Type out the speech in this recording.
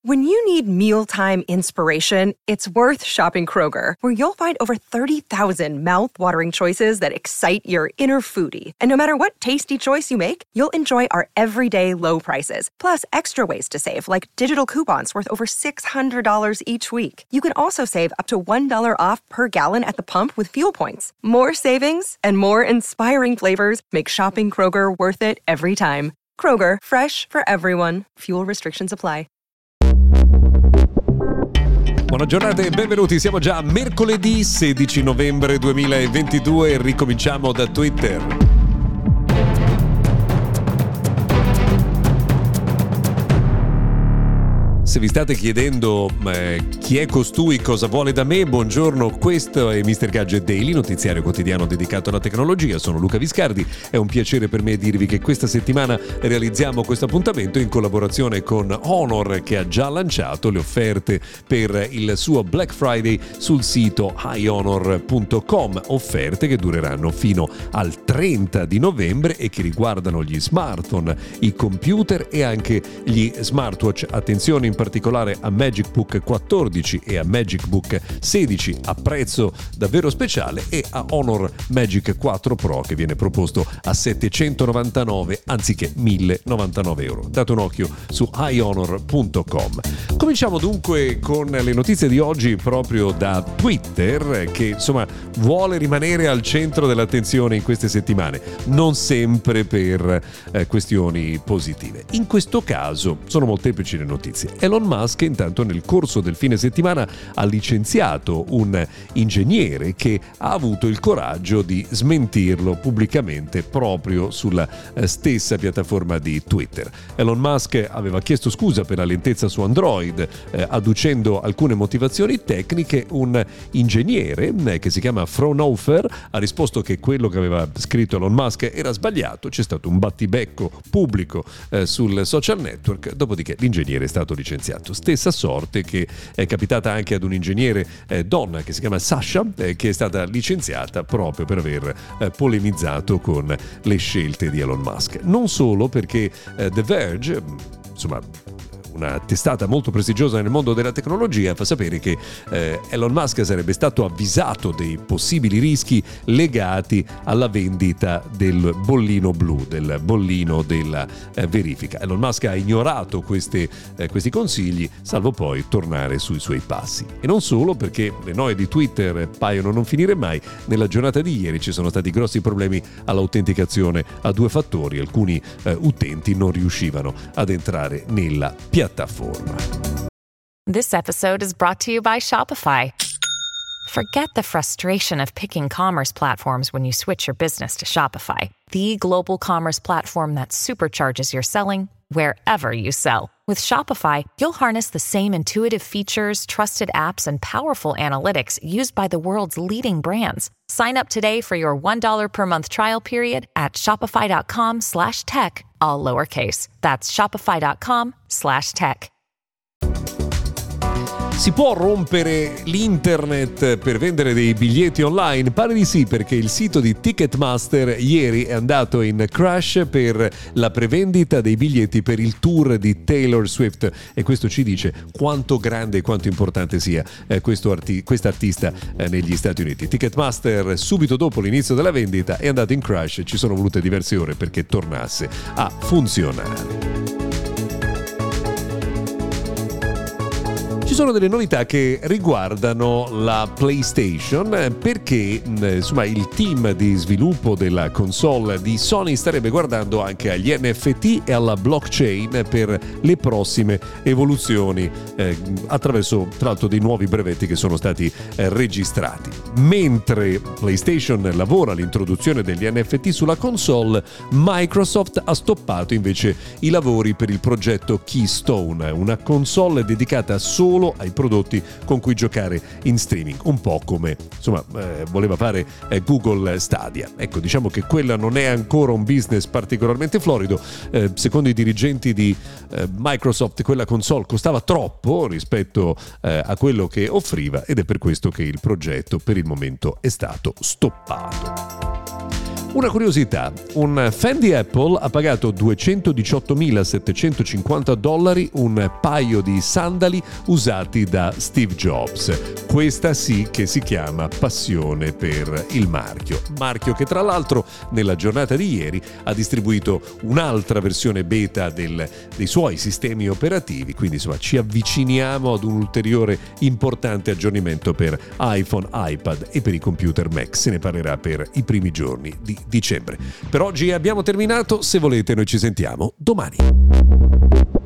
When you need mealtime inspiration, it's worth shopping Kroger, where you'll find over 30,000 mouth-watering choices that excite your inner foodie. And no matter what tasty choice you make, you'll enjoy our everyday low prices, plus extra ways to save, like digital coupons worth over $600 each week. You can also save up to $1 off per gallon at the pump with fuel points. More savings and more inspiring flavors make shopping Kroger worth it every time. Kroger, fresh for everyone. Fuel restrictions apply. Buona giornata e benvenuti, siamo già a mercoledì 16 novembre 2022 e ricominciamo da Twitter. Se vi state chiedendo chi è costui, cosa vuole da me, buongiorno, questo è Mr. Gadget Daily, notiziario quotidiano dedicato alla tecnologia. Sono Luca Viscardi, è un piacere per me dirvi che questa settimana realizziamo questo appuntamento in collaborazione con Honor, che ha già lanciato le offerte per il suo Black Friday sul sito highhonor.com, offerte che dureranno fino al 30 di novembre e che riguardano gli smartphone, i computer e anche gli smartwatch. Attenzione in particolare a MagicBook 14 e a MagicBook 16 a prezzo davvero speciale e a Honor Magic 4 Pro che viene proposto a 799 anziché 1099 euro. Date un occhio su highhonor.com. Cominciamo dunque con le notizie di oggi proprio da Twitter, che insomma vuole rimanere al centro dell'attenzione in queste settimane, non sempre per questioni positive. In questo caso sono molteplici le notizie. Elon Musk intanto nel corso del fine settimana ha licenziato un ingegnere che ha avuto il coraggio di smentirlo pubblicamente proprio sulla stessa piattaforma di Twitter. Elon Musk aveva chiesto scusa per la lentezza su Android, adducendo alcune motivazioni tecniche. Un ingegnere che si chiama Fraunhofer ha risposto che quello che aveva scritto Elon Musk era sbagliato. C'è stato un battibecco pubblico sul social network, dopodiché l'ingegnere è stato licenziato. Stessa sorte che è capitata anche ad un ingegnere donna che si chiama Sasha, che è stata licenziata proprio per aver polemizzato con le scelte di Elon Musk. Non solo, perché The Verge, insomma una testata molto prestigiosa nel mondo della tecnologia, fa sapere che Elon Musk sarebbe stato avvisato dei possibili rischi legati alla vendita del bollino blu, del bollino della verifica. Elon Musk ha ignorato questi consigli, salvo poi tornare sui suoi passi. E non solo, perché le noie di Twitter paiono non finire mai. Nella giornata di ieri ci sono stati grossi problemi all'autenticazione a due fattori. Alcuni utenti non riuscivano ad entrare nella piattaforma. This episode is brought to you by Shopify. Forget the frustration of picking commerce platforms when you switch your business to Shopify, the global commerce platform that supercharges your selling wherever you sell. With Shopify, you'll harness the same intuitive features, trusted apps, and powerful analytics used by the world's leading brands. Sign up today for your $1 per month trial period at shopify.com/tech, all lowercase. That's shopify.com/tech. Si può rompere l'internet per vendere dei biglietti online? Pare di sì, perché il sito di Ticketmaster ieri è andato in crash per la prevendita dei biglietti per il tour di Taylor Swift, e questo ci dice quanto grande e quanto importante sia quest'artista negli Stati Uniti. Ticketmaster subito dopo l'inizio della vendita è andato in crash e ci sono volute diverse ore perché tornasse a funzionare. Ci sono delle novità che riguardano la PlayStation, perché insomma il team di sviluppo della console di Sony starebbe guardando anche agli NFT e alla blockchain per le prossime evoluzioni, attraverso tra l'altro dei nuovi brevetti che sono stati registrati. Mentre PlayStation lavora all'introduzione degli NFT sulla console, Microsoft ha stoppato invece i lavori per il progetto Keystone, una console dedicata solo ai prodotti con cui giocare in streaming, un po' come insomma voleva fare Google Stadia. Ecco, diciamo che quella non è ancora un business particolarmente florido. Secondo i dirigenti di Microsoft quella console costava troppo rispetto a quello che offriva, ed è per questo che il progetto per il momento è stato stoppato. Una curiosità, un fan di Apple ha pagato $218.750 un paio di sandali usati da Steve Jobs. Questa sì che si chiama passione per il marchio che tra l'altro nella giornata di ieri ha distribuito un'altra versione beta dei suoi sistemi operativi, quindi insomma ci avviciniamo ad un ulteriore importante aggiornamento per iPhone, iPad e per i computer Mac. Se ne parlerà per i primi giorni di dicembre. Per oggi abbiamo terminato, se volete noi ci sentiamo domani.